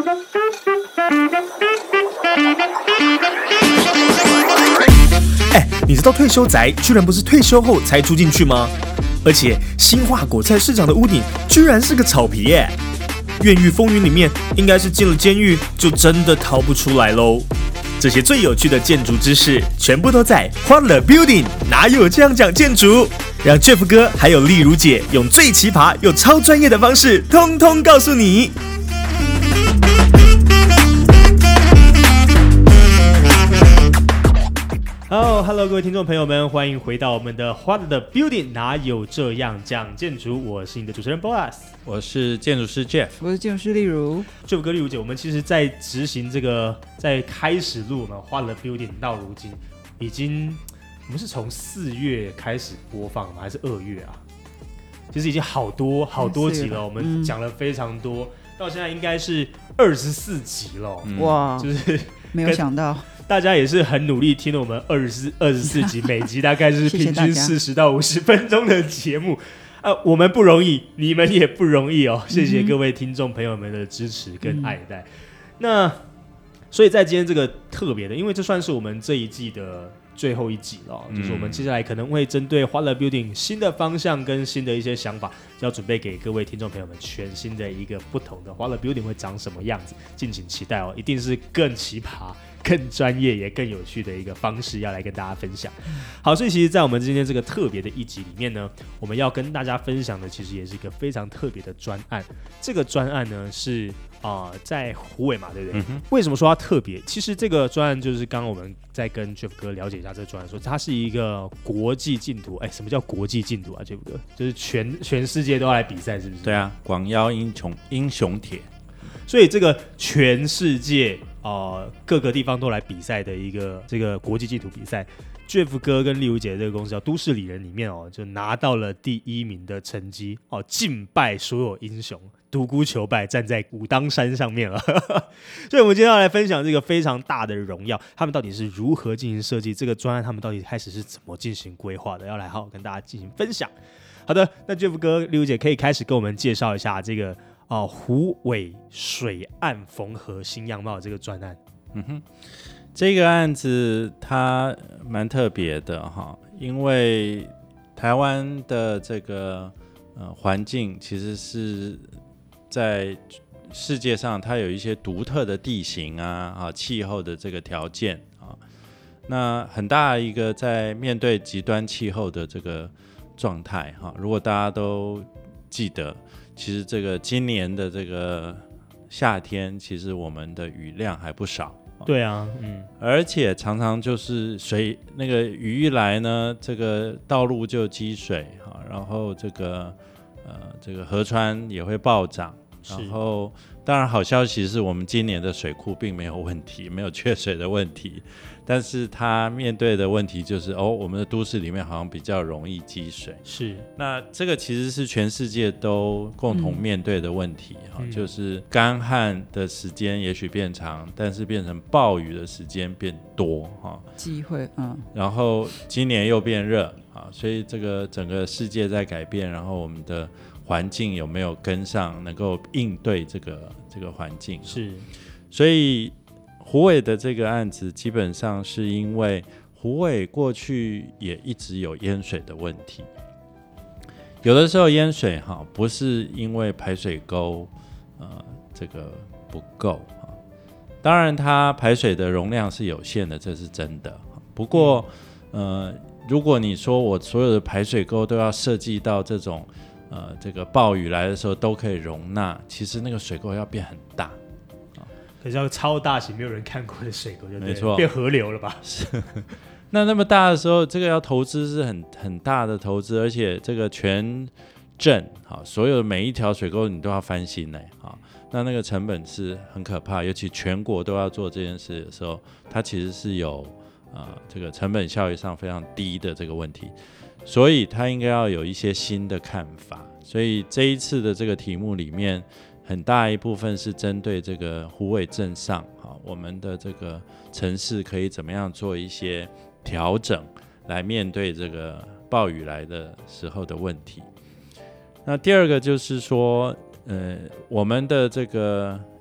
你知道退休宅居然不是退休后才住进去吗？而且新化果菜市场的屋顶居然是个草皮耶！越狱风云里面应该是进了监狱就真的逃不出来喽。这些最有趣的建筑知识全部都在 What the Building， 哪有这样讲建筑？让 Jeff 哥还有丽如姐用最奇葩又超专业的方式通通告诉你。Hello， 各位听众朋友们，欢迎回到我们的 What the Building， 哪有这样讲建筑？我是你的主持人 Boas， 我是建筑师 Jeff， 我是建筑师丽如。 Jeff 哥、丽如姐，我们其实在执行这个，在开始录我们 What the Building 到如今，我们是从4月开始播放吗？还是2月啊？其实已经好多集了，我们讲了非常多，到现在应该是24集了。 哇， 就是没有想到。 大家也是很努力听了我们24集，每集大概是平均40到50分钟的节目。我们不容易，你们也不容易哦。谢谢各位听众朋友们的支持跟爱戴。那所以在今天这个特别的，因为这算是我们这一季的最后一集了，就是我们接下来可能会针对 What the Building 新的方向跟新的一些想法，要准备给各位听众朋友们全新的一个不同的 What the Building 会长什么样子，敬请期待哦，一定是更奇葩、更专业也更有趣的一个方式要来跟大家分享。好，所以其实在我们今天这个特别的一集里面呢，我们要跟大家分享的其实也是一个非常特别的专案。这个专案呢是在虎尾嘛，对不对？为什么说它特别？其实这个专案就是刚刚我们在跟 Jeff 哥了解一下这个专案，说它是一个国际竞图。什么叫国际竞图啊 ？Jeff 哥，就是全世界都要来比赛，是不是？ 对啊，广邀英雄帖。 所以这个全世界各个地方都来比赛的一个这个国际竞图比赛。Jeff 哥跟丽如姐这个公司叫都市里人里面就拿到了第1名的成绩劲败所有英雄，独孤求败，站在武当山上面了。所以我们今天要来分享这个非常大的荣耀，他们到底是如何进行设计这个专案，他们到底开始是怎么进行规划的，要来好好跟大家进行分享。好的，那 Jeff 哥、丽如姐可以开始跟我们介绍一下这个虎尾水岸缝合新样貌这个专案。 这个案子它蛮特别的哈，因为台湾的这个环境其实是在世界上它有一些独特的地形气候的这个条件那很大一个在面对极端气候的这个状态如果大家都记得，其实这个今年的这个夏天，其实我们的雨量还不少。 对啊， 而且常常就是那个雨一来呢，这个道路就积水然后这个河川也会暴涨。然后当然好消息是我们今年的水库并没有问题，没有缺水的问题，但是它面对的问题就是我们的都市里面好像比较容易积水。 是， 那这个其实是全世界都共同面对的问题就是干旱的时间也许变长，但是变成暴雨的时间变多机会然后今年又变热所以这个整个世界在改变，然后我们的环境有没有跟上，能够应对这个环境。 是， 所以虎尾的这个案子基本上是因为虎尾过去也一直有淹水的问题，有的时候淹水不是因为排水沟这个不够当然它排水的容量是有限的，这是真的。不过如果你说我所有的排水沟都要设计到这种这个暴雨来的时候都可以容纳，其实那个水沟要变很大可是要超大型没有人看过的水沟，就对了， 没错， 变河流了吧？ 是。那么大的时候，这个要投资是很大的投资，而且这个全镇所有每一条水沟你都要翻新那个成本是很可怕，尤其全国都要做这件事的时候，它其实是有这个成本效益上非常低的这个问题，所以它应该要有一些新的看法。所以这一次的这个题目里面，很大一部分是针对这个虎尾镇上我们的这个城市可以怎么样做一些调整，来面对这个暴雨来的时候的问题。那第二个就是说我们的这个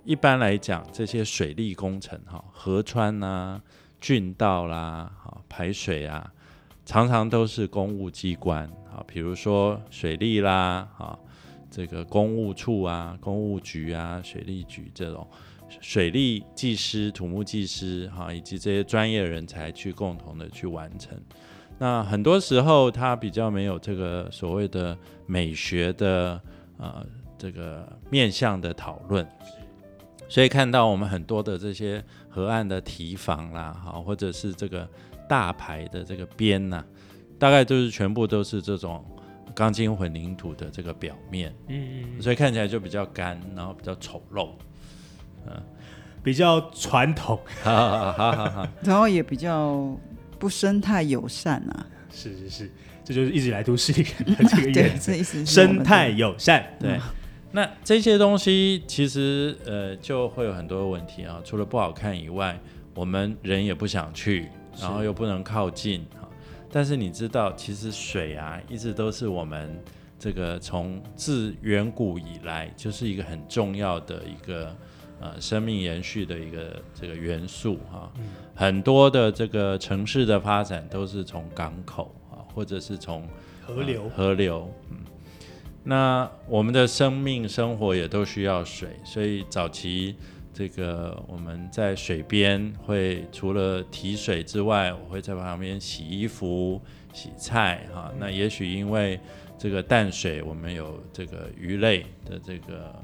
一般来讲，这些水利工程河川啊、郡道啦、排水啊，常常都是公务机关比如说水利啦这个公务处啊、公务局啊、水利局这种水利技师、土木技师以及这些专业人才去共同的去完成。那很多时候它比较没有这个所谓的美学的这个面向的讨论，所以看到我们很多的这些河岸的堤防啦或者是这个大排的这个边大概全部都是这种钢筋混凝土的这个表面，所以看起来就比较干，然后比较丑陋， 比较传统， 然后也比较不生态友善是，这就是一直以来都市里的这个原则，生态友善。 对，那这些东西其实就会有很多问题除了不好看以外，我们人也不想去，然后又不能靠近但是你知道，其实水一直都是我们这个从自远古以来就是一个很重要的一个生命延续的一个这个元素很多的这个城市的发展都是从港口或者是从河流那我们的生命生活也都需要水，所以早期这个我们在水边会除了提水之外，我会在旁边洗衣服、洗菜那也许因为这个淡水，我们有这个鱼类的这个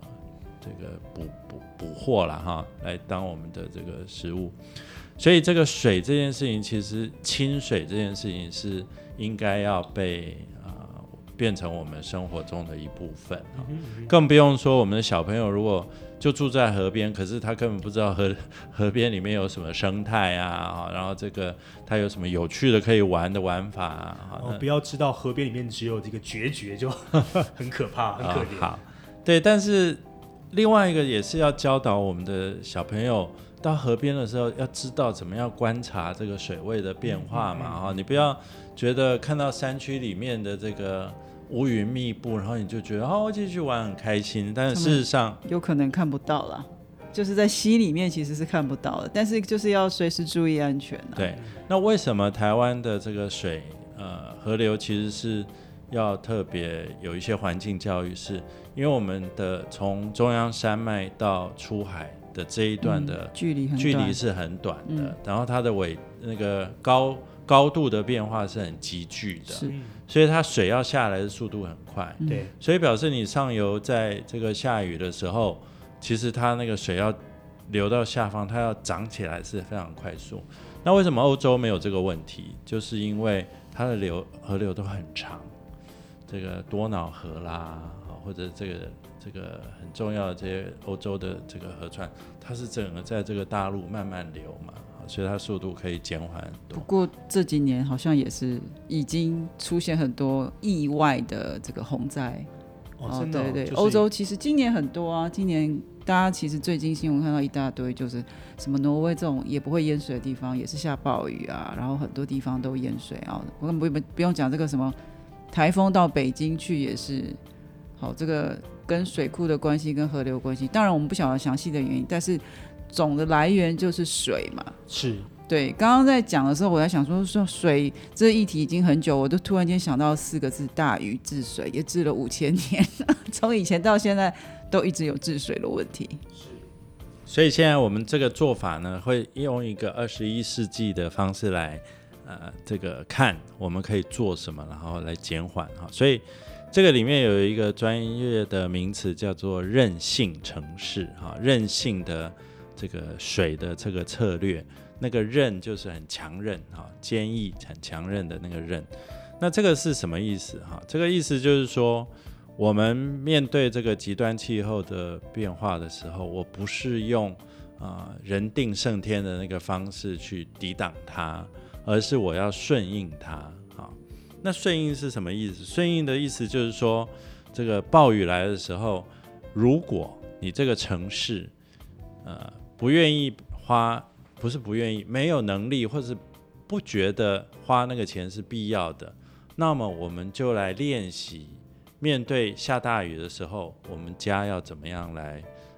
捕获啦来当我们的这个食物。所以这个水这件事情，其实清水这件事情是应该要被变成我们生活中的一部分更不用说我们的小朋友如果就住在河边，可是他根本不知道河边里面有什么生态然后这个他有什么有趣的可以玩的玩法不要知道河边里面只有这个决绝就很可怕很可怜好，对，但是另外一个也是要教导我们的小朋友到河边的时候要知道怎么样观察这个水位的变化嘛你不要觉得看到山区里面的这个乌云密布，然后你就觉得我继续玩很开心，但是事实上有可能看不到啦，就是在溪里面其实是看不到的，但是就是要随时注意安全对，那为什么台湾的这个水河流其实是要特别有一些环境教育，是因为我们的从中央山脉到出海的这一段的距离是很短的然后它的那个高度的变化是很急剧的，所以它水要下来的速度很快对， 所以表示你上游在这个下雨的时候，其实它那个水要流到下方，它要涨起来是非常快速。那为什么欧洲没有这个问题？就是因为它的河流都很长，这个多瑙河啦或者这个很重要的这些欧洲的这个河川，它是整个在这个大陆慢慢流嘛，所以它速度可以减缓很多。 不过这几年好像也是已经出现很多意外的这个洪灾真的对，欧洲其实今年很多今年大家其实最近新闻看到一大堆，就是什么挪威这种也不会淹水的地方也是下暴雨然后很多地方都淹水我根本不用讲这个什么台风到北京去也是这个跟水库的关系跟河流关系，当然我们不晓得详细的原因，但是总的来源就是水嘛。 是， 对，刚刚在讲的时候我在想说水这议题已经很久，我就突然间想到4个字，大禹治水，也治了5000年从以前到现在都一直有治水的问题。 所以现在我们这个做法呢，会用一个21世纪的方式来这个看我们可以做什么，然后来减缓所以这个里面有一个专业的名词叫做韧性城市韧性的这个水的这个策略，那个韧就是很强韧坚毅很强韧的那个韧。那这个是什么意思这个意思就是说，我们面对这个极端气候的变化的时候，我不是用人定胜天的那个方式去抵挡它，而是我要顺应它那顺应是什么意思？顺应的意思就是说，这个暴雨来的时候，如果你这个城市不愿意花，不是不愿意，没有能力或是不觉得花那个钱是必要的，那么我们就来练习面对下大雨的时候，我们家要怎么样来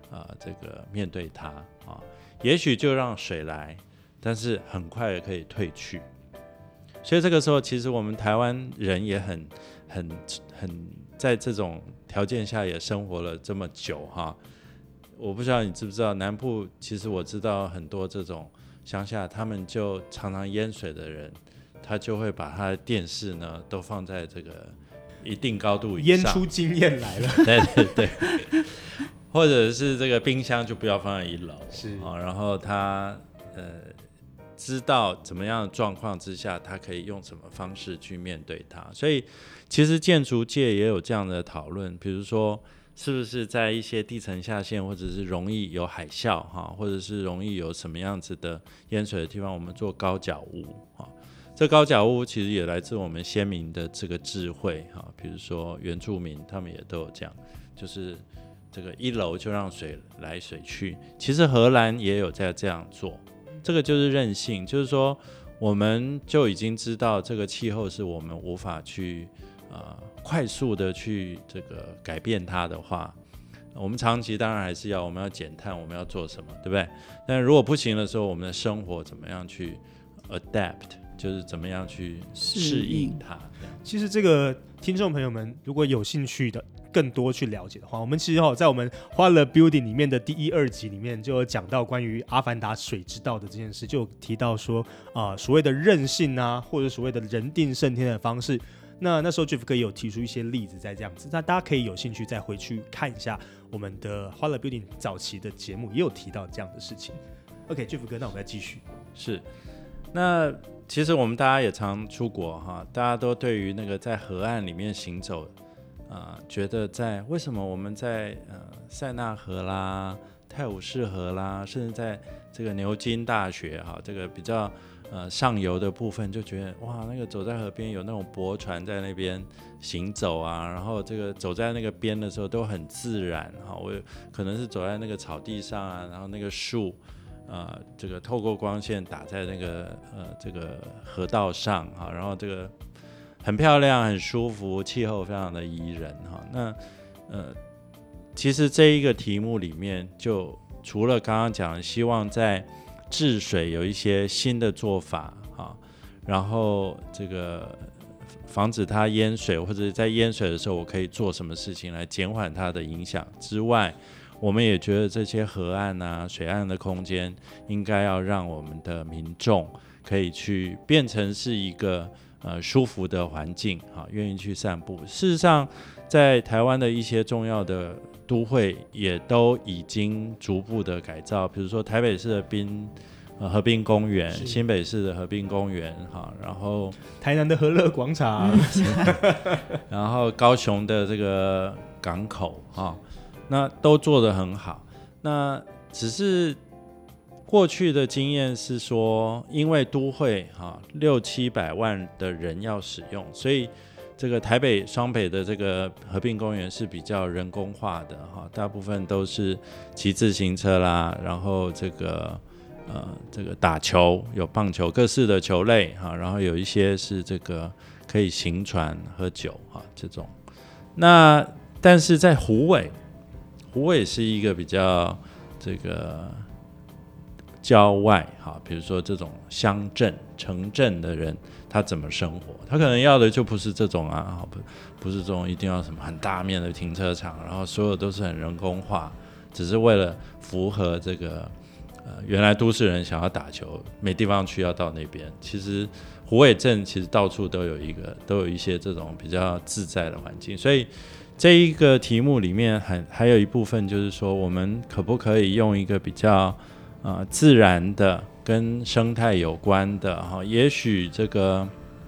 这个面对它啊，也许就让水来，但是很快也可以退去。所以这个时候，其实我们台湾人也很在这种条件下也生活了这么久哈。我不知道你知不知道，南部其实我知道很多这种乡下，他们就常常淹水的人，他就会把他的电视呢都放在这个一定高度以上， 淹出经验来了。 对对对，或者是这个冰箱就不要放在1楼， 是然后他知道怎么样的状况之下，他可以用什么方式去面对它。所以其实建筑界也有这样的讨论，比如说是不是在一些地层下陷或者是容易有海啸或者是容易有什么样子的淹水的地方，我们做高脚屋。这高脚屋其实也来自我们先民的这个智慧，比如说原住民他们也都有这样，就是这个1楼就让水来水去。其实荷兰也有在这样做，这个就是韧性，就是说我们就已经知道这个气候是我们无法去快速的去这个改变它的话，我们长期当然还是我们要减碳，我们要做什么，对不对？但如果不行的时候，我们的生活怎么样去 adapt， 就是怎么样去适应它。 其实这个听众朋友们如果有兴趣的更多去了解的话，我们其实在我们花了 Building 里面的第1、2集里面就有讲到关于阿凡达水之道的这件事，就有提到说所谓的韧性啊，或者所谓的人定胜天的方式。那时候 Jeff 哥也有提出一些例子在这样子，那大家可以有兴趣再回去看一下我们的花了 Building 早期的节目，也有提到这样的事情。OK， Jeff 哥，那我们再继续。 是，那其实我们大家也常出国大家都对于那个在河岸里面行走觉得为什么我们在塞纳河啦、泰晤士河啦，甚至在这个牛津大学这个比较上游的部分，就觉得哇，那个走在河边有那种驳船在那边行走然后这个走在那个边的时候都很自然我可能是走在那个草地上然后那个树这个透过光线打在那个这个河道上然后这个很漂亮、很舒服，气候非常的宜人那其实这一个题目里面，就除了刚刚讲希望在治水有一些新的做法然后这个防止它淹水，或者在淹水的时候我可以做什么事情来减缓它的影响之外，我们也觉得这些河岸水岸的空间应该要让我们的民众可以去变成是一个舒服的环境愿意去散步。事实上在台湾的一些重要的都会也都已经逐步的改造，比如说台北市的河滨公园，新北市的河滨公园然后台南的和乐广场然后高雄的这个港口那都做得很好。那只是过去的经验是说，因为都会600-700万的人要使用，所以这个台北双北的这个河滨公园是比较人工化的大部分都是骑自行车啦，然后这个打球，有棒球各式的球类然后有一些是这个可以行船喝酒这种。那但是在虎尾是一个比较这个郊外比如说这种乡镇城镇的人，他怎么生活？他可能要的就不是这种不是这种一定要什么很大面的停车场，然后所有都是很人工化，只是为了符合这个原来都市人想要打球没地方去要到那边。其实虎尾镇其实到处都有一些这种比较自在的环境，所以这一个题目里面还有一部分就是说，我们可不可以用一个比较自然的跟生态有关的也许这个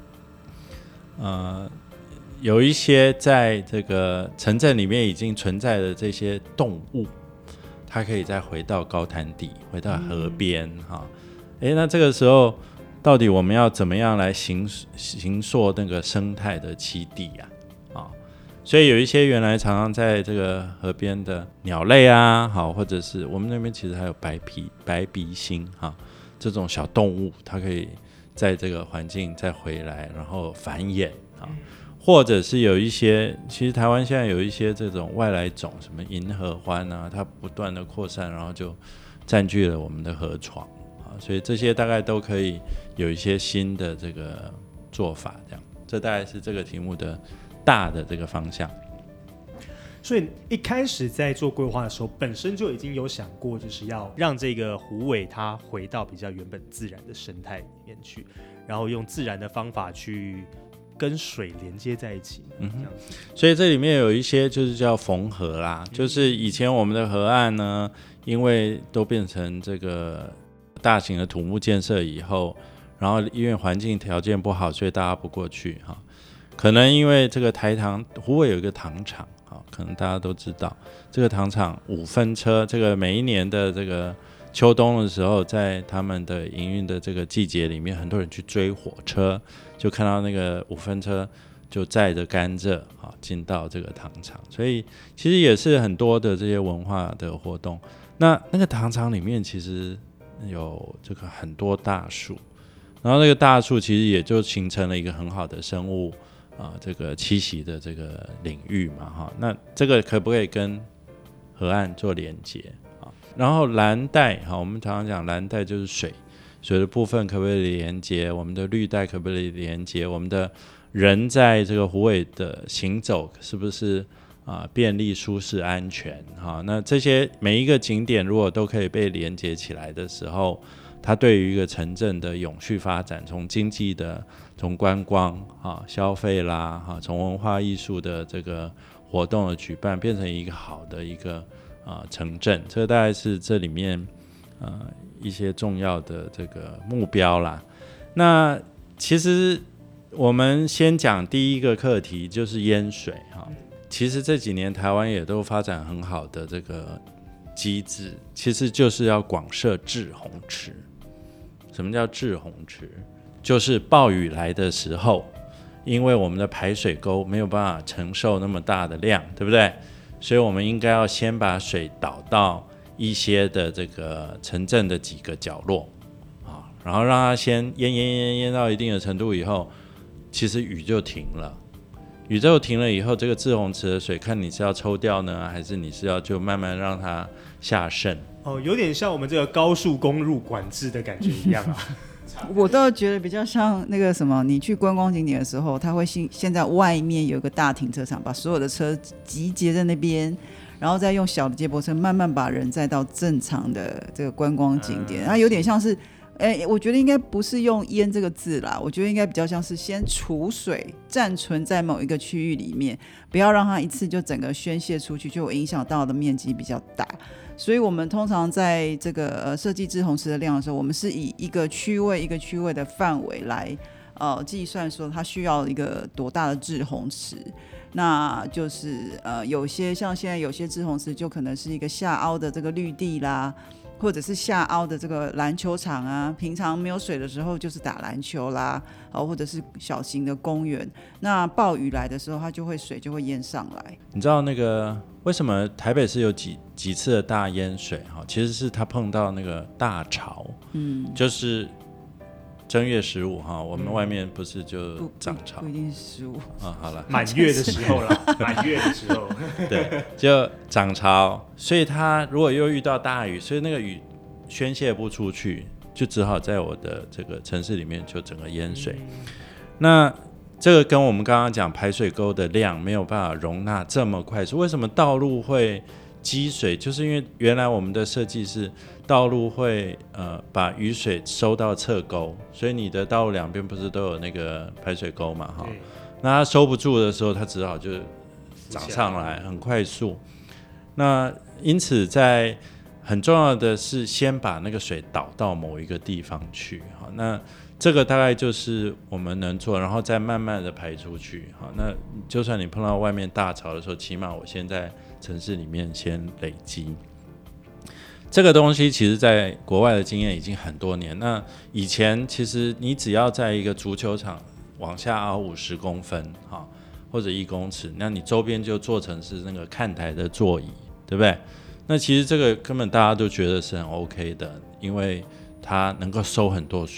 有一些在这个城镇里面已经存在的这些动物，它可以再回到高滩地，回到河边那这个时候到底我们要怎么样来形塑那个生态的栖地所以有一些原来常常在这个河边的鸟类或者是我们那边其实还有白鼻星这种小动物，它可以在这个环境再回来，然后繁衍或者是有一些，其实台湾现在有一些这种外来种，什么银河欢啊，它不断的扩散，然后就占据了我们的河床啊，所以这些大概都可以有一些新的这个做法，这大概是这个题目的大的这个方向。 所以一开始在做规划的时候，本身就已经有想过，就是要让这个虎尾它回到比较原本自然的生态里面去，然后用自然的方法去跟水连接在一起。 所以这里面有一些就是叫缝合啦，就是以前我们的河岸呢，因为都变成这个大型的土木建设以后，然后因为环境条件不好，所以大家不过去哈。可能因为这个台糖虎尾有一个糖厂，可能大家都知道，这个糖厂5分车，这个每一年的这个秋冬的时候，在他们的营运的这个季节里面，很多人去追火车，就看到那个5分车就载着甘蔗进到这个糖厂，所以其实也是很多的这些文化的活动。那个糖厂里面其实有这个很多大树，然后那个大树其实也就形成了一个很好的生物这个栖息的这个领域嘛那这个可不可以跟河岸做连接然后蓝带我们常常讲蓝带就是水的部分可不可以连接，我们的绿带可不可以连接，我们的人在这个虎尾的行走是不是便利、舒适、安全那这些每一个景点如果都可以被连接起来的时候，它对于一个城镇的永续发展，从经济的、从观光消费啦从文化艺术的这个活动的举办，变成一个好的一个城镇，这大概是这里面一些重要的这个目标啦。那其实我们先讲第一个课题，就是淹水其实这几年台湾也都发展很好的这个机制，其实就是要广设滞洪池。什么叫滞洪池？就是暴雨来的时候，因为我们的排水沟没有办法承受那么大的量，对不对？所以我们应该要先把水导到一些的这个城镇的几个角落然后让它先淹到一定的程度以后，其实雨就停了。雨就停了以后，这个滞洪池的水，看你是要抽掉呢，还是你是要就慢慢让它下渗有点像我们这个高速公路管制的感觉一样我倒觉得比较像那个什么，你去观光景点的时候，它会现在外面有一个大停车场，把所有的车集结在那边，然后再用小的接驳车慢慢把人载到正常的这个观光景点，它有点像是我觉得应该不是用淹这个字啦，我觉得应该比较像是先储水暂存在某一个区域里面，不要让它一次就整个宣泄出去，就影响到的面积比较大。所以我们通常在这个设计滞洪池的量的时候，我们是以一个区位一个区位的范围来计算说它需要一个多大的滞洪池。那就是有些像现在有些滞洪池就可能是一个下凹的这个绿地啦，或者是下凹的这个篮球场啊，平常没有水的时候就是打篮球啦，或者是小型的公园。那暴雨来的时候，它就会水就会淹上来。 你知道那个为什么台北市有几次的大淹水其实是它碰到那个大潮，就是正月15我们外面不是就涨潮， 不一定是15 好了， 满月的时候啦满月的时候对，就涨潮，所以它如果又遇到大雨，所以那个雨宣泄不出去，就只好在我的这个城市里面就整个淹水。那这个跟我们刚刚讲排水沟的量没有办法容纳这么快速，为什么道路会积水？就是因为原来我们的设计是道路会把雨水收到侧沟，所以你的道路两边不是都有那个排水沟嘛那它收不住的时候，它只好就涨上来，很快速。那因此在很重要的是先把那个水导到某一个地方去那这个大概就是我们能做，然后再慢慢的排出去那就算你碰到外面大潮的时候，起码我先在城市里面先累积。这个东西其实在国外的经验已经很多年，那以前其实你只要在一个足球场往下凹50公分或者1公尺，那你周边就做成是那个看台的座椅，对不对？那其实这个根本大家都觉得是很 OK 的，因为它能够收很多水。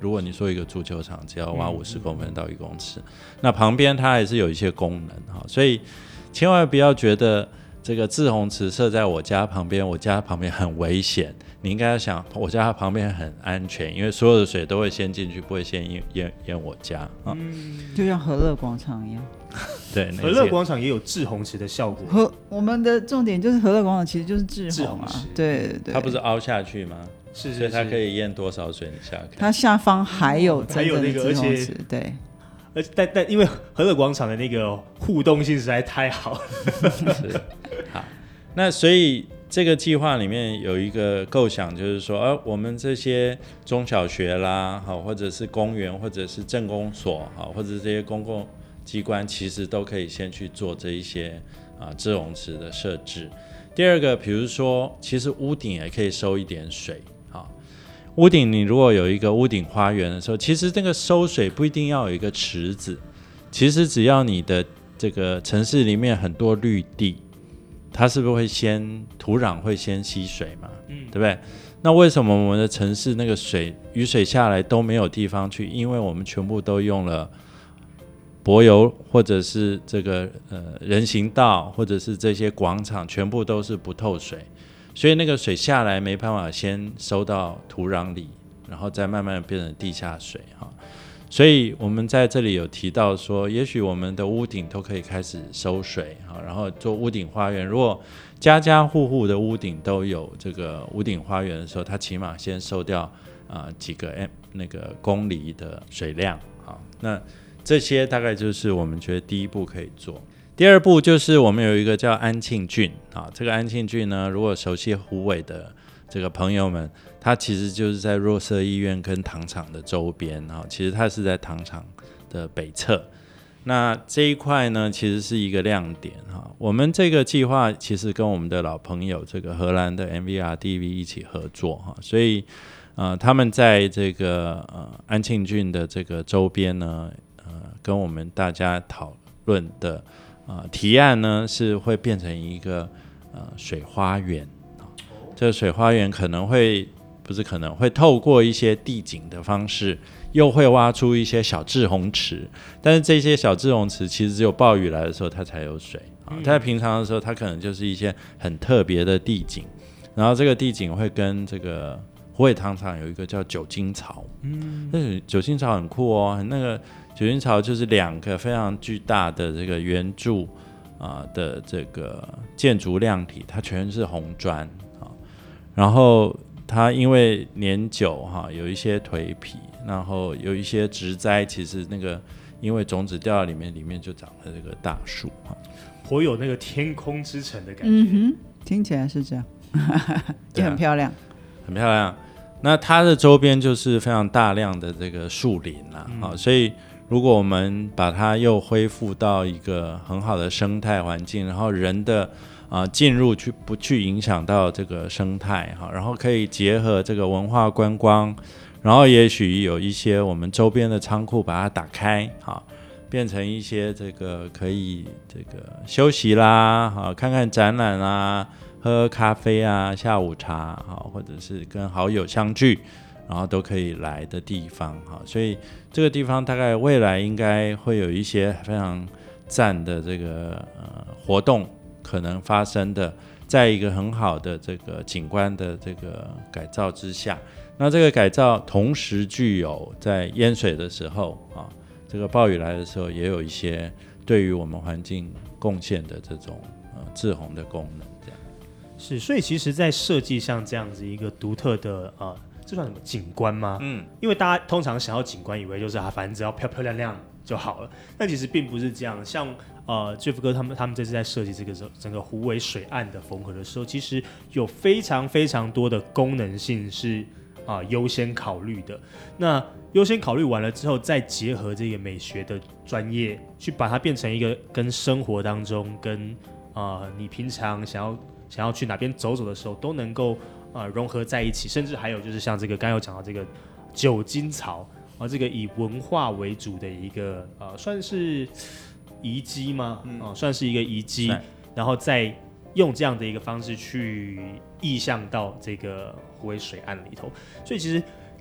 如果你说一个足球场只要挖50公分到1公尺，那旁边它还是有一些功能，所以千万不要觉得这个滞洪池设在我家旁边，我家旁边很危险。你应该要想，我家旁边很安全，因为所有的水都会先进去，不会先淹我家啊。 就像和乐广场一样。 对， 和乐广场也有滞洪池的效果。 我们的重点就是和乐广场其实就是滞洪啊，对对。 它不是凹下去吗？ 是， 所以它可以淹多少水？你下看， 它下方还有真正的那个， 滞洪池，对。 但因为和乐广场的那个互动性实在太好了。 是，好，那所以这个计划里面有一个构想，就是说，我们这些中小学啦，或者是公园，或者是镇公所，或者是这些公共机关，其实都可以先去做这一些滞洪池的设置。第二个，比如说，其实屋顶也可以收一点水。屋顶你如果有一个屋顶花园的时候，其实这个收水不一定要有一个池子，其实只要你的这个城市里面很多绿地，它是不是会土壤会先吸水嘛？对不对？那为什么我们的城市那个雨水下来都没有地方去？因为我们全部都用了柏油，或者是这个人行道，或者是这些广场，全部都是不透水。所以那个水下来没办法先收到土壤里，然后再慢慢变成地下水。所以我们在这里有提到说，也许我们的屋顶都可以开始收水，然后做屋顶花园。如果家家户户的屋顶都有这个屋顶花园的时候，它起码先收掉几个那个公厘的水量。那这些大概就是我们觉得第一步可以做。第二步就是我们有一个叫安庆郡，这个安庆郡呢，如果熟悉虎尾的这个朋友们，它其实就是在若瑟医院跟糖厂的周边，其实它是在糖厂的北侧。那这一块呢，其实是一个亮点。我们这个计划其实跟我们的老朋友这个荷兰的 MVRDV 一起合作，所以他们在这个安庆郡的这个周边呢，跟我们大家讨论的提案呢，是会变成一个水花园。这个水花园会透过一些地景的方式，又会挖出一些小滞洪池。但是这些小滞洪池其实只有暴雨来的时候它才有水，在平常的时候它可能就是一些很特别的地景。然后这个地景会跟这个虎尾糖厂有一个叫酒精槽，那酒精槽很酷哦，那个酒精槽就是2个非常巨大的这个圆柱的这个建筑量体，它全是红砖，然后它因为年久有一些颓圮，然后有一些植栽，其实那个因为种子掉到里面就长了这个大树， 颇有那个天空之城的感觉。 听起来是这样。就很漂亮， 很漂亮。那它的周边就是非常大量的这个树林啦，所以如果我们把它又恢复到一个很好的生态环境，然后人的进入不去影响到这个生态，然后可以结合这个文化观光，然后也许有一些我们周边的仓库把它打开，变成一些这个可以这个休息啦，看看展览啦，喝咖啡啊，下午茶，或者是跟好友相聚，然后都可以来的地方。所以这个地方大概未来应该会有一些非常赞的这个活动可能发生的，在一个很好的这个景观的这个改造之下，那这个改造同时具有在淹水的时候这个暴雨来的时候也有一些对于我们环境贡献的这种滞洪的功能。 是，所以其实在设计像这样子一个独特的这算什么景观吗？因为大家通常想要景观以为就是反正只要漂漂亮亮就好了，但其实并不是这样。像Jeff 哥他们这次在设计这个整个虎尾水岸的缝合的时候，其实有非常非常多的功能性是优先考虑的。那优先考虑完了之后，再结合这个美学的专业，去把它变成一个跟生活当中跟你平常想要去哪边走走的时候都能够融合在一起，甚至还有就是像这个刚才有讲到这个酒精槽这个以文化为主的一个算是遗迹吗？算是一个遗迹，然后再用这样的一个方式去意象到这个虎尾水岸里头。所以其实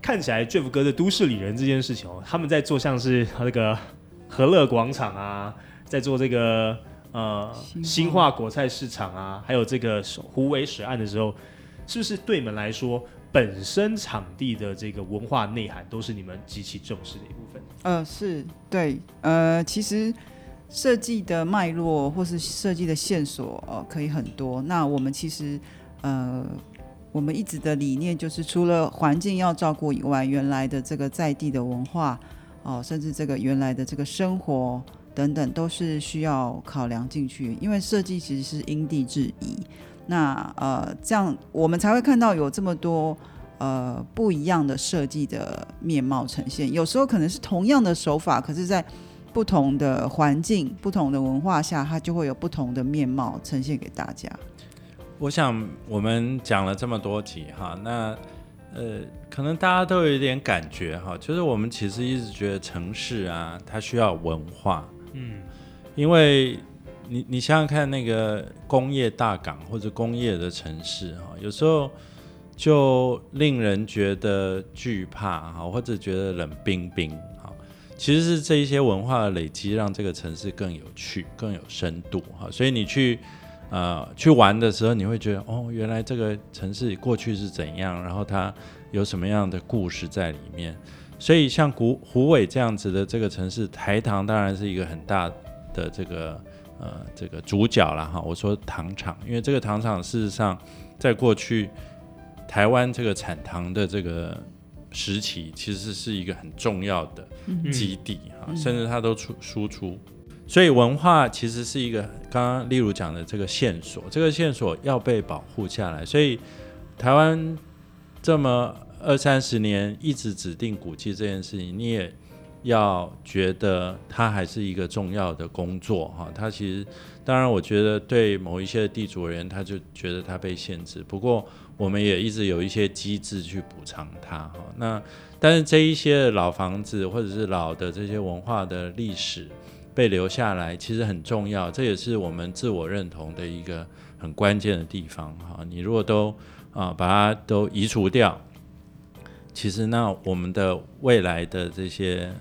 看起来 Jeff 哥的都市丽人这件事情他们在做像是那个和乐广场啊，在做这个新化果菜市场啊，还有这个虎尾水岸的时候，是不是对你们来说，本身场地的这个文化内涵都是你们极其重视的一部分？ 是对，其实设计的脉络或是设计的线索可以很多。那我们其实我们一直的理念就是，除了环境要照顾以外，原来的这个在地的文化甚至这个原来的这个生活等等，都是需要考量进去。因为设计其实是因地制宜，那这样我们才会看到有这么多不一样的设计的面貌呈现。有时候可能是同样的手法，可是在不同的环境、不同的文化下，它就会有不同的面貌呈现给大家。 我想我们讲了这么多集哈，那可能大家都有一点感觉哈，就是我们其实一直觉得城市啊，它需要文化，因为你想想看，那个工业大港或者工业的城市哈，有时候就令人觉得惧怕哈，或者觉得冷冰冰哈。其实是这一些文化的累积，让这个城市更有趣、更有深度哈。所以你去玩的时候，你会觉得原来这个城市过去是怎样，然后它有什么样的故事在里面。所以像虎尾这样子的这个城市，台糖当然是一个很大的这个主角啦哈。我说糖厂，因为这个糖厂事实上在过去台湾这个产糖的这个时期，其实是一个很重要的基地哈，甚至它都输出。所以文化其实是一个刚刚例如讲的这个线索，这个线索要被保护下来。所以台湾这么20-30年一直指定古迹这件事情，你也要觉得它还是一个重要的工作哈。它其实当然我觉得对某一些地主而言，他就觉得它被限制，不过我们也一直有一些机制去补偿它哈。那但是这一些老房子或者是老的这些文化的历史被留下来其实很重要，这也是我们自我认同的一个很关键的地方哈。你如果都把它都移除掉，其实那我们的未来的这些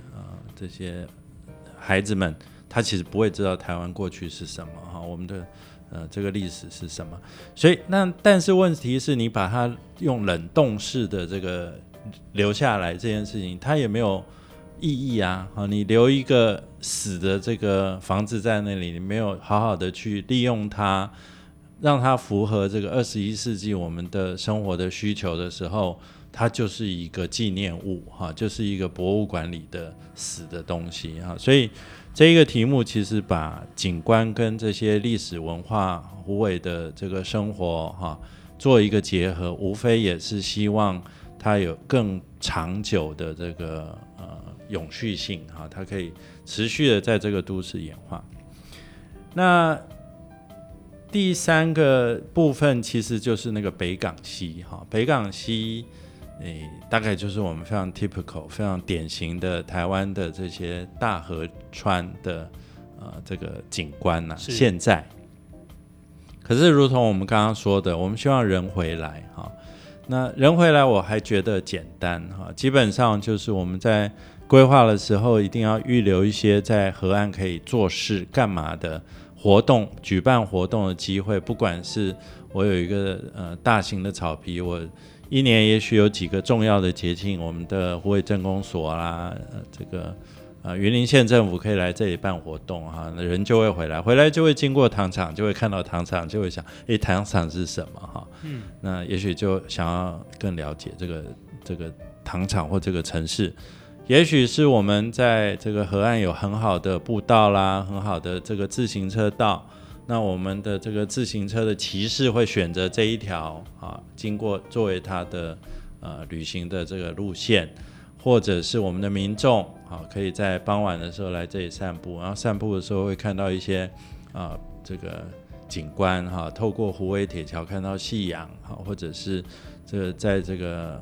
孩子们，他其实不会知道台湾过去是什么哈，我们的这个历史是什么。所以但是问题是你把它用冷冻式的这个留下来这件事情，它也没有意义啊！你留一个死的这个房子在那里，你没有好好的去利用它，让它符合这个21世纪我们的生活的需求的时候，它就是一个纪念物哈，就是一个博物馆里的死的东西哈。所以这一个题目其实把景观跟这些历史文化虎尾的这个生活哈做一个结合，无非也是希望它有更长久的这个永续性哈，它可以持续的在这个都市演化。那第三个部分其实就是那个北港溪哈，北港溪大概就是我们非常 typical 非常典型的台湾的这些大河川的这个景观啊，现在可是如同我们刚刚说的，我们希望人回来哈。那人回来我还觉得简单哈，基本上就是我们在规划的时候一定要预留一些在河岸可以做事干嘛的活动，举办活动的机会。不管是我有一个大型的草皮，我一年也许有几个重要的节庆，我们的虎尾镇公所啦，这个云林县政府可以来这里办活动哈，人就会回来就会经过糖厂，就会看到糖厂，就会想糖厂是什么哈，那也许就想要更了解这个糖厂或这个城市。也许是我们在这个河岸有很好的步道啦，很好的这个自行车道，那我们的这个自行车的骑士会选择这一条经过作为他的旅行的这个路线，或者是我们的民众可以在傍晚的时候来这里散步，然后散步的时候会看到一些这个景观透过虎尾铁桥看到夕阳或者是这个在这个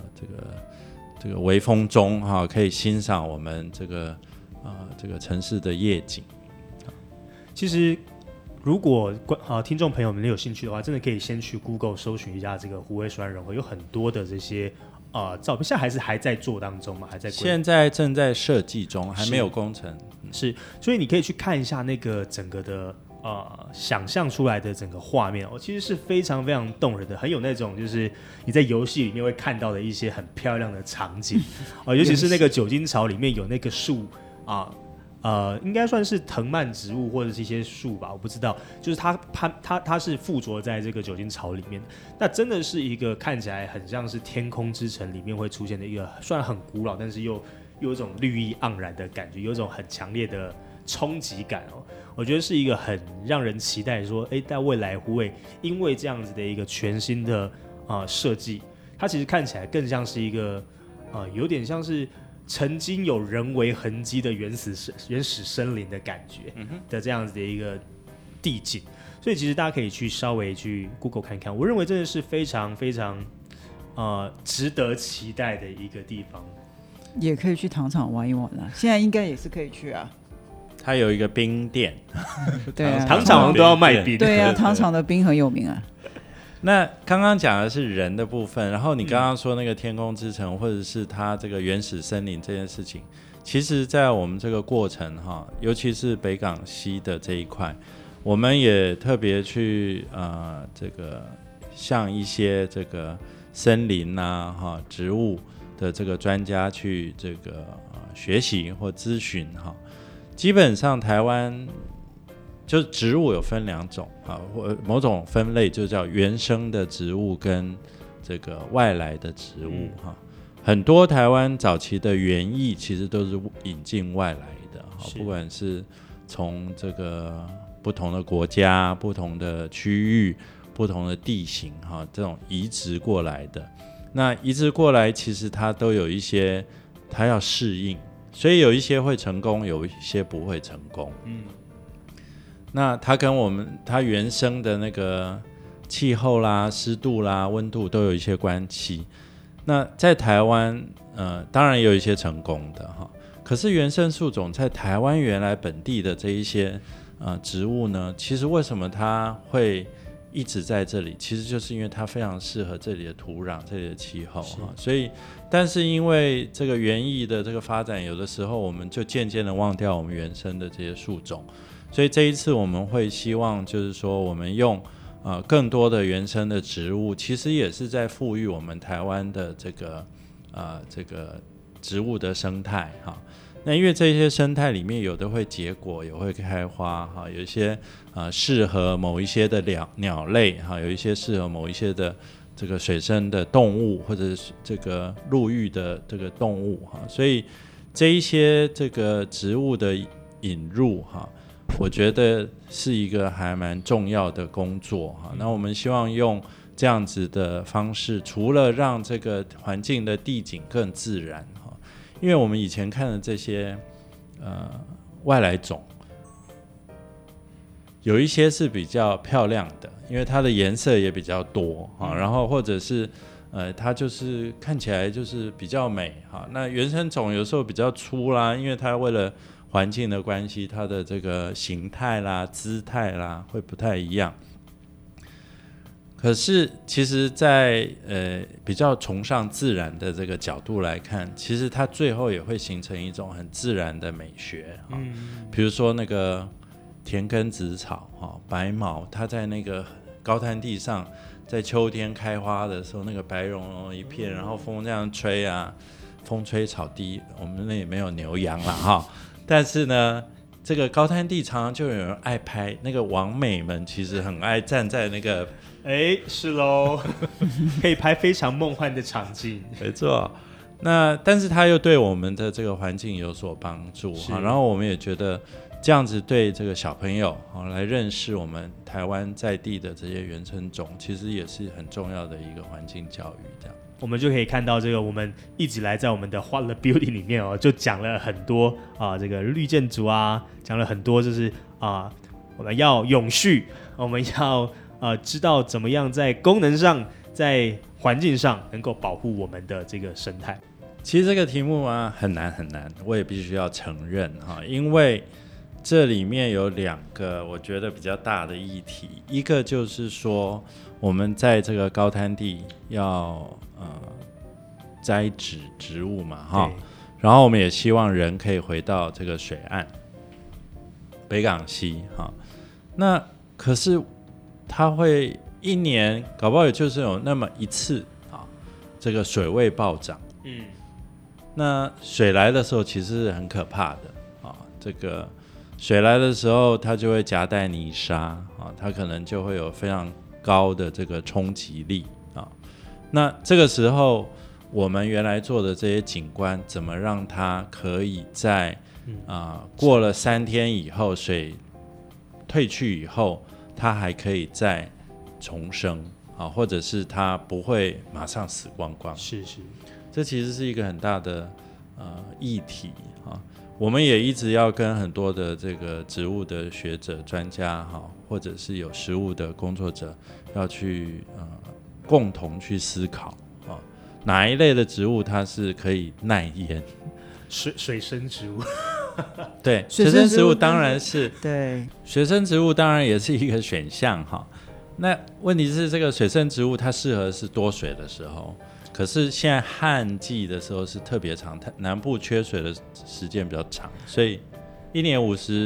微风中可以欣赏我们这个城市的夜景。 其实如果听众朋友们有兴趣的话，真的可以先去 Google 搜寻一下这个虎尾水岸融合，有很多的这些照片，现在还在做当中嘛，还在现在正在设计中，还没有工程。 是，所以你可以去看一下那个整个的想象出来的整个画面其实是非常非常动人的，很有那种就是你在游戏里面会看到的一些很漂亮的场景尤其是那个酒精槽里面有那个树应该算是藤蔓植物或者是一些树吧，我不知道，就是它是附着在这个酒精槽里面，那真的是一个看起来很像是天空之城里面会出现的一个，虽然很古老，但是又有一种绿意盎然的感觉，有一种很强烈的冲击感我觉得是一个很让人期待说在未来会因为这样子的一个全新的设计，它其实看起来更像是一个有点像是曾经有人为痕迹的原始森林的感觉的这样子的一个地景，所以其实大家可以去稍微去 Google 看看，我认为真的是非常非常值得期待的一个地方。 也可以去糖厂玩一玩现在应该也是可以去啊。 它有一个冰店， 对啊， 糖厂都要卖冰， 对啊，糖厂的冰很有名啊。 那刚刚讲的是人的部分，然后你刚刚说那个天空之城或者是它这个原始森林这件事情，其实在我们这个过程尤其是北港西的这一块，我们也特别去这个向一些这个森林植物的这个专家去这个学习或咨询基本上台湾就植物有分2种或某种分类就叫原生的植物跟这个外来的植物很多台湾早期的园艺其实都是引进外来的不管是从这个不同的国家、不同的区域、不同的地形这种移植过来的。那移植过来其实它都有一些它要适应，所以有一些会成功，有一些不会成功。那它跟它原生的那个气候啦、湿度啦、温度都有一些关系。那在台湾当然也有一些成功的可是原生树种在台湾原来本地的这一些植物呢，其实为什么它会一直在这里，其实就是因为它非常适合这里的土壤、这里的气候所以但是因为这个园艺的这个发展，有的时候我们就渐渐的忘掉我们原生的这些树种，所以这一次我们会希望就是说我们用更多的原生的植物，其实也是在富裕我们台湾的这个植物的生态那因为这些生态里面有的会结果，有会开花有一些适合某一些的鸟类有一些适合某一些的这个水生的动物，或者是这个陆域的这个动物所以这一些这个植物的引入我觉得是一个还蛮重要的工作那我们希望用这样子的方式，除了让这个环境的地景更自然因为我们以前看的这些外来种，有一些是比较漂亮的，因为它的颜色也比较多然后或者是它就是看起来就是比较美那原生种有时候比较粗啦，因为它为了环境的关系，它的这个形态啦、姿态啦会不太一样。可是其实在比较崇尚自然的这个角度来看，其实它最后也会形成一种很自然的美学比如说那个田根子草白毛，它在那个高滩地上在秋天开花的时候，那个白茸茸一片然后风这样吹风吹草低，我们那也没有牛羊啦但是呢这个高滩地常常就有人爱拍，那个网美们其实很爱站在那个是咯可以拍非常梦幻的场景， 没错。那但是它又对我们的这个环境有所帮助然后我们也觉得这样子对这个小朋友来认识我们台湾在地的这些原生种，其实也是很重要的一个环境教育。这样我们就可以看到这个我们一直来在我们的 What the Building 里面就讲了很多这个绿建筑讲了很多就是我们要永续，我们要知道怎么样在功能上在环境上能够保护我们的这个生态。 其实这个题目很难很难，我也必须要承认因为这里面有2个我觉得比较大的议题，一个就是说我们在这个高滩地要栽植物嘛哈。然后我们也希望人可以回到这个水岸，北港溪哈。那可是它会一年搞不好也就是有那么一次啊，这个水位暴涨。那水来的时候其实是很可怕的啊。这个水来的时候，它就会夹带泥沙啊，它可能就会有非常高的这个冲击力啊。那这个时候，我们原来做的这些景观，怎么让它可以在过了3天以后，水退去以后，它还可以再重生啊，或者是它不会马上死光光。 是， 这其实是一个很大的议题啊。我们也一直要跟很多的这个植物的学者、专家哈，或者是有实务的工作者，要去共同去思考啊，哪一类的植物它是可以耐淹？ 水生植物。 对，水生植物当然是对， 水生植物当然也是一个选项哈。那问题是这个水生植物它适合是多水的时候，可是现在旱季的时候是特别长，南部缺水的时间比较长，所以1年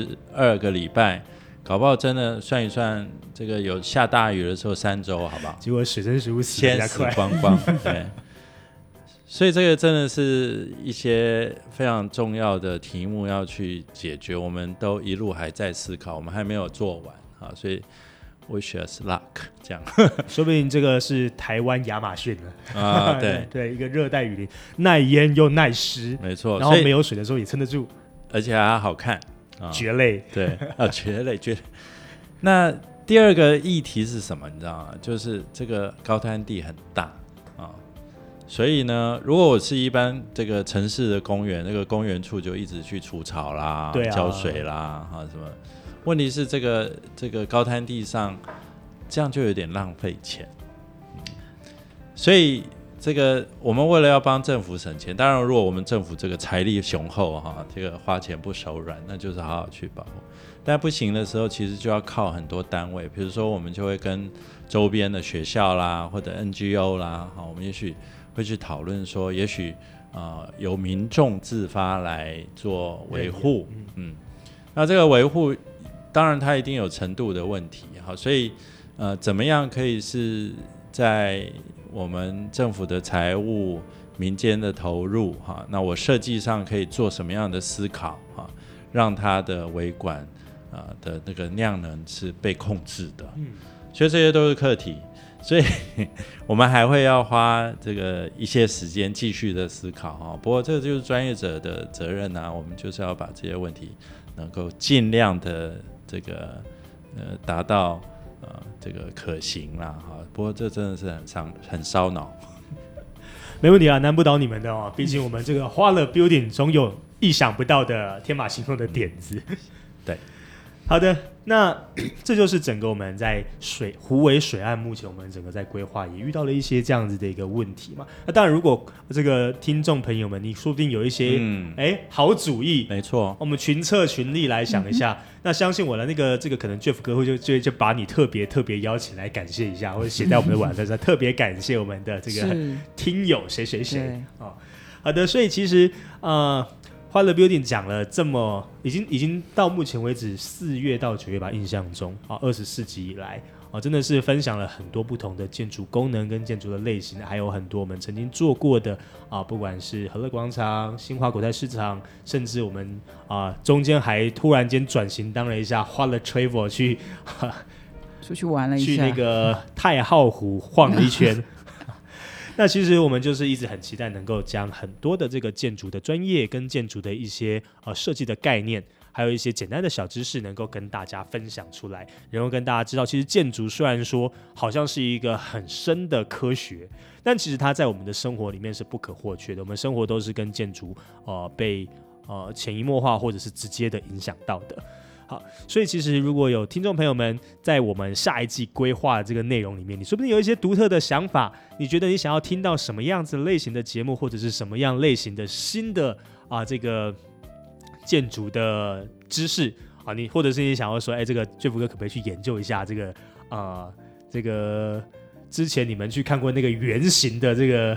52个礼拜，搞不好真的算一算，这个有下大雨的时候3周，好不好？ 结果水生植物死得比较快， 先死光光。对，所以这个真的是一些非常重要的题目要去解决，我们都一路还在思考，我们还没有做完啊，所以wish us luck 这样。 说不定这个是台湾亚马逊了啊，对对，一个热带雨林，耐淹又耐湿， 没错， 然后没有水的时候也撑得住， 而且还好看， 蕨类。 对啊，蕨类。那第二个议题是什么？你知道吗？就是这个高滩地很大啊，所以呢，如果我是一般这个城市的公园，那个公园处就一直去除草啦、 对啊、 浇水啦什么。问题是这个高滩地上，这样就有点浪费钱。所以这个我们为了要帮政府省钱，当然如果我们政府这个财力雄厚哈，这个花钱不手软，那就是好好去保护。但不行的时候，其实就要靠很多单位，比如说我们就会跟周边的学校啦，或者 NGO 啦，我们也许会去讨论说，也许由民众自发来做维护，那这个维护当然它一定有程度的问题，好，所以怎么样可以是在我们政府的财务、民间的投入哈，那我设计上可以做什么样的思考哈，让它的维管的那个量能是被控制的，所以这些都是课题，所以我们还会要花这个一些时间继续的思考哈。不过这个就是专业者的责任啊，我们就是要把这些问题能够尽量的这个达到这个可行啦哈。不过这真的是很烧脑。 没问题啊，难不倒你们的哦。毕竟我们这个花了 building 总有意想不到的天马行空的点子。 对， 好的，那这就是整个我们在湖尾水岸目前我们整个在规划也遇到了一些这样子的一个问题嘛。那当然，如果这个听众朋友们，你说不定有一些好主意， 没错， 我们群策群力来想一下。那相信我的这个可能 Jeff 哥会就把你特别邀请来感谢一下，或者写在我们的网站上，特别感谢我们的这个听友谁好的，所以其实花了 Building 讲了这么，已经到目前为止4月到9月吧，印象中24集以来真的是分享了很多不同的建筑功能跟建筑的类型，还有很多我们曾经做过的不管是和乐广场、新华国泰市场，甚至我们中间还突然间转型当了一下花了 Travel 去出去玩了一下， 去那个太浩湖晃了一圈。那其实我们就是一直很期待能够将很多的这个建筑的专业跟建筑的一些设计的概念，还有一些简单的小知识能够跟大家分享出来，然后跟大家知道，其实建筑虽然说好像是一个很深的科学，但其实它在我们的生活里面是不可或缺的。我们生活都是跟建筑被潜移默化或者是直接的影响到的。好，所以其实如果有听众朋友们在我们下一季规划的这个内容里面，你说不定有一些独特的想法，你觉得你想要听到什么样子类型的节目，或者是什么样类型的新的这个建筑的知识你或者是你想要说，这个 Jeff 哥可不可以去研究一下这个之前你们去看过那个圆形的这个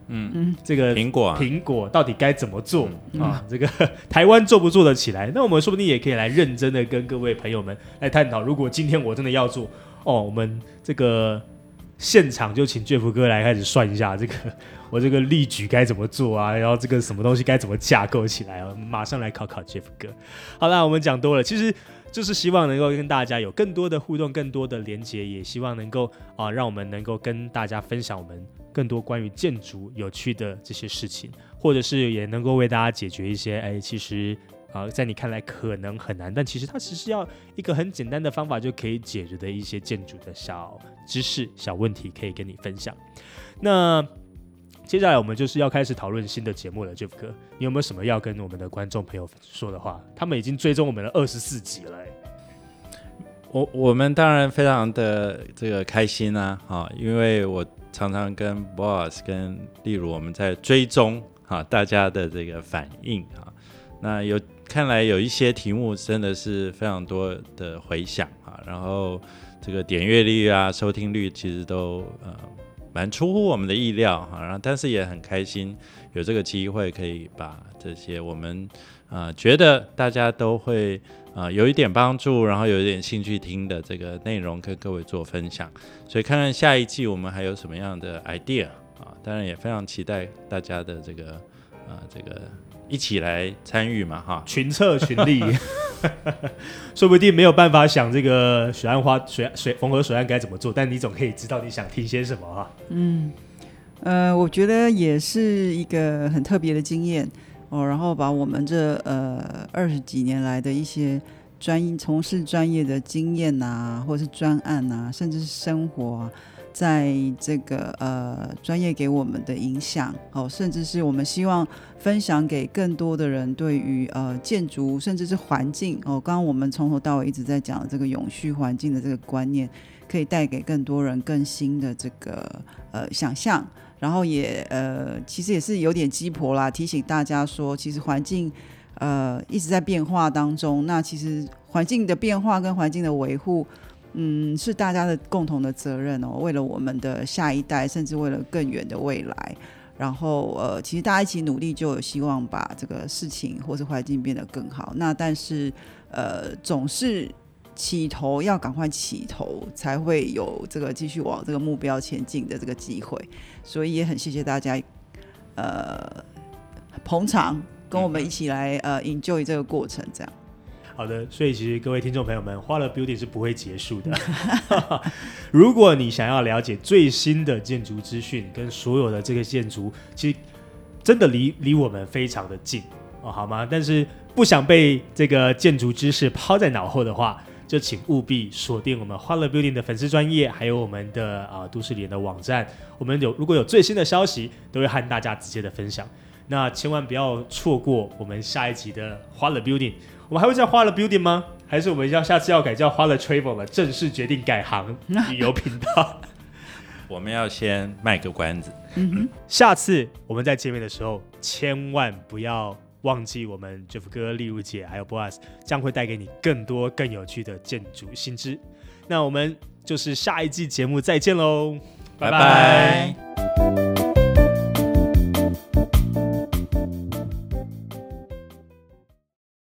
这个苹果到底该怎么做啊？这个台湾做不做得起来？那我们说不定也可以来认真的跟各位朋友们来探讨，如果今天我真的要做我们这个现场就请 Jeff 哥来开始算一下我这个例举该怎么做啊，然后这个什么东西该怎么架构起来马上来考 Jeff 哥。好啦，我们讲多了，其实就是希望能够跟大家有更多的互动，更多的连结，也希望能够让我们能够跟大家分享我们更多关于建筑有趣的这些事情，或者是也能够为大家解决一些其实在你看来可能很难，但其实它只是要一个很简单的方法就可以解决的一些建筑的小知识、小问题，可以跟你分享。那接下来我们就是要开始讨论新的节目了 ，Jeff 哥，你有没有什么要跟我们的观众朋友说的话？他们已经追踪我们的24集了我们当然非常的这个开心啊，因为我常常跟 Boaz 跟例如我们在追踪大家的这个反应那看来有一些题目真的是非常多的回响然后这个点阅率收听率其实都蛮出乎我们的意料但是也很开心有这个机会可以把这些我们觉得大家都会有一点帮助，然后有一点兴趣听的这个内容跟各位做分享，所以看看下一季我们还有什么样的 idea当然也非常期待大家的这个一起来参与嘛群策群力说不定没有办法想这个缝合水岸该怎么做，但你总可以知道你想听些什么我觉得也是一个很特别的经验然后把我们这20几年来的一些从事专业的经验或者是专案甚至是生活在这个专业给我们的影响甚至是我们希望分享给更多的人对于建筑甚至是环境刚刚我们从头到尾一直在讲的这个永续环境的这个观念，可以带给更多人更新的这个想象，然后也其实也是有点鸡婆啦，提醒大家说其实环境一直在变化当中，那其实环境的变化跟环境的维护是大家的共同的责任为了我们的下一代，甚至为了更远的未来，然后其实大家一起努力就有希望把这个事情或是环境变得更好，那但是总是起头要赶快起头，才会有这个继续往这个目标前进的这个机会，所以也很谢谢大家捧场，跟我们一起来enjoy 这个过程这样。 好的，所以其实各位听众朋友们，花了 Building 是不会结束的如果你想要了解最新的建筑资讯跟所有的这个建筑，其实真的离我们非常的近好吗？但是不想被这个建筑知识抛在脑后的话，就请务必锁定我们花了 Building 的粉丝专页，还有我们的都市联的网站，我们如果有最新的消息都会和大家直接的分享，那千万不要错过我们下一集的花了 Building。我们还会叫花了 Building 吗？还是我们下次要改叫花了 Travel 了？正式决定改行旅游频道我们要先卖个关子下次我们在见面的时候千万不要忘记我们 Jeff 哥、丽如姐还有 Boaz， 这样会带给你更多更有趣的建筑新知。那我们就是下一季节目再见喽，拜拜。